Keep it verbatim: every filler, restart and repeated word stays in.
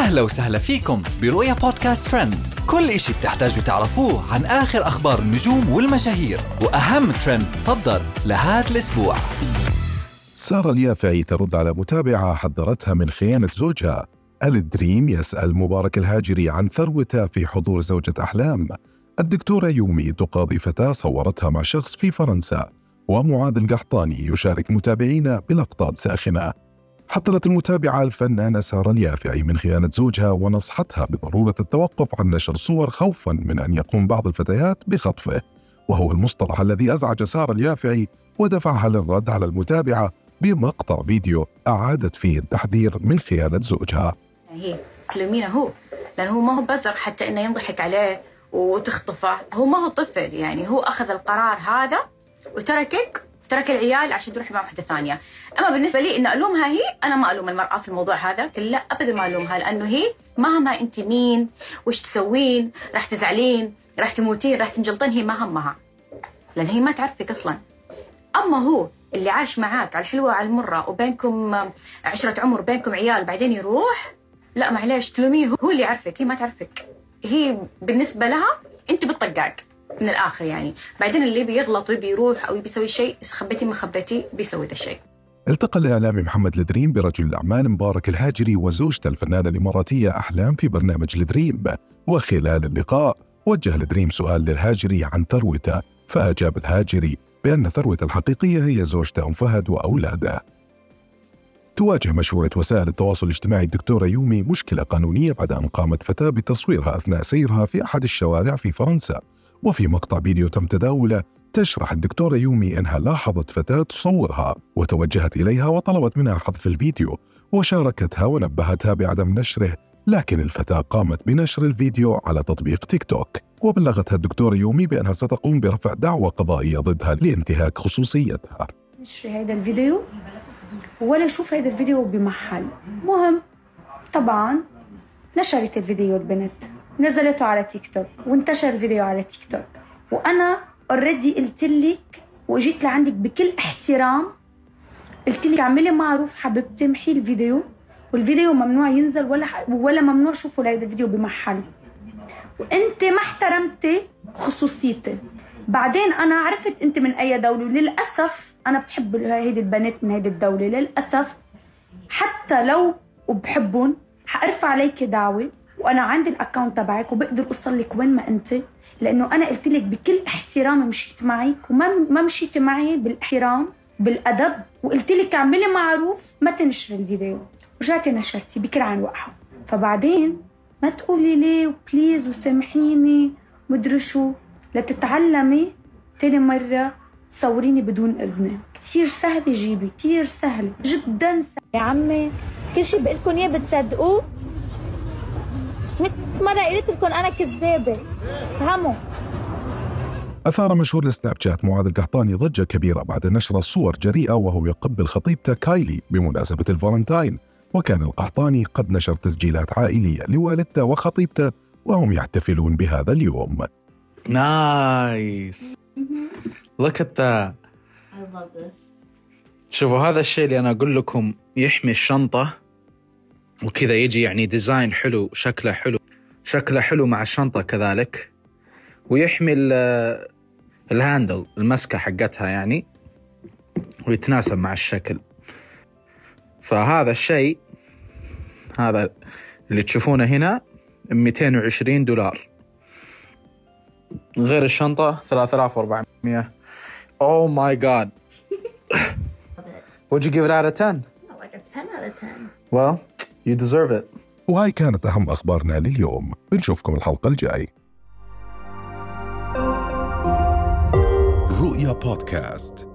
أهلا وسهلا فيكم برؤيا بودكاست ترند. كل إشي بتحتاجوا تعرفوه عن آخر أخبار النجوم والمشاهير وأهم ترند صدر لهذا الأسبوع. سارة اليافعي ترد على متابعة حذرتها من خيانة زوجها. الدريم يسأل مبارك الهاجري عن ثروته في حضور زوجة أحلام. الدكتورة يومي تقاضي فتاة صورتها مع شخص في فرنسا. ومعاذ القحطاني يشارك متابعين بلقطات ساخنة. حذرت المتابعة الفنانة سارة اليافعي من خيانة زوجها ونصحتها بضرورة التوقف عن نشر صور خوفاً من أن يقوم بعض الفتيات بخطفه، وهو المصطلح الذي أزعج سارة اليافعي ودفعها للرد على المتابعة بمقطع فيديو أعادت فيه التحذير من خيانة زوجها. هي تلومينه هو، لأنه هو ما هو بزر حتى إنه ينضحك عليه وتخطفه. هو ما هو طفل، يعني هو أخذ القرار هذا وتركك ترك العيال عشان تروح مع واحدة ثانية. أما بالنسبة لي إن ألومها هي، أنا ما ألوم المرأة في الموضوع هذا، لا أبدا ما ألومها، لأنه هي مهما أنت مين وش تسوين راح تزعلين راح تموتين راح تنجلطين، هي ما همها، لأن هي ما تعرفك أصلا. أما هو اللي عاش معاك على الحلوة على المرة وبينكم عشرة عمر بينكم عيال بعدين يروح، لا معليش تلوميه، هو اللي يعرفك، هي ما تعرفك. هي بالنسبة لها أنت بالطقاق من الآخر يعني. بعدين اللي بيغلط وبيروح أو بيسوي شيء خبيتي ما خبيتي بيسوي ذا الشيء. التقى الإعلامي محمد الدريم برجل الأعمال مبارك الهاجري وزوجته الفنانة الإماراتية أحلام في برنامج الدريم، وخلال اللقاء وجه الدريم سؤال للهاجري عن ثروته، فأجاب الهاجري بأن ثروته الحقيقية هي زوجته أم فهد وأولاده. تواجه مشهورة وسائل التواصل الاجتماعي الدكتورة يومي مشكلة قانونية بعد أن قامت فتاة بتصويرها أثناء سيرها في أحد الشوارع في فرنسا. وفي مقطع فيديو تم تداوله تشرح الدكتورة يومي أنها لاحظت فتاة تصورها وتوجهت إليها وطلبت منها حذف الفيديو وشاركتها ونبهتها بعدم نشره، لكن الفتاة قامت بنشر الفيديو على تطبيق تيك توك. وبلغتها الدكتورة يومي بأنها ستقوم برفع دعوى قضائية ضدها لانتهاك خصوصيتها. نشر هذا الفيديو ولا شوف هذا الفيديو بمحل مهم. طبعا نشرت الفيديو البنت، نزلته على تيك توك وانتشر الفيديو على تيك توك. وانا اوريدي قلت لك واجيت لعندك بكل احترام، قلت لك اعملي معروف حبيبتي محي الفيديو، والفيديو ممنوع ينزل ولا ولا ممنوع شوفوا هذا الفيديو بمحل، وانت ما احترمتي خصوصيتي. بعدين انا عرفت انت من اي دوله، وللاسف انا بحب هيدي البنات من هيدي الدوله، للاسف حتى لو وبحبهم حارفع عليك دعوه، وانا عندي الاكونت تبعك وبقدر اوصل لك وين ما انت، لانه انا قلت لك بكل احترام مشيت معك وما ما مشيت معي بالاحترام بالادب، وقلت لك اعملي معروف ما تنشر الفيديو، ورجعتي نشرتي بكل عن وقحه. فبعدين ما تقولي لي وبليز وسامحيني مدري شو، لتتعلمي تاني مره تصوريني بدون اذني. كتير سهل جيبي، كتير سهل جدا سهل يا عمي، كل شيء بقول لكم اياه بتصدقوه؟ مية مرة قلت لكم أنا كذابة، فهموا. أثار مشهور السناب شات معاذ القحطاني ضجة كبيرة بعد نشر صور جريئة وهو يقبل خطيبته كايلي بمناسبة الفالنتاين، وكان القحطاني قد نشر تسجيلات عائلية لوالدته وخطيبته وهم يحتفلون بهذا اليوم. نايس. Look at that. I love this. شوفوا هذا الشيء اللي أنا أقول لكم يحمي الشنطة وكذا، يجي يعني ديزاين حلو، شكله حلو، شكله حلو مع الشنطة كذلك، ويحمي الهاندل المسكة حقتها يعني، ويتناسب مع الشكل. فهذا الشيء هذا اللي تشوفونه هنا مئتين وعشرين دولار، غير الشنطة ثلاثة آلاف وأربعمية. Oh my god. Would you give it out of ten? Not like a ten out of ten. Well, you deserve it. وهاي كانت أهم أخبارنا لليوم، بنشوفكم الحلقة الجاي. رؤيا بودكاست.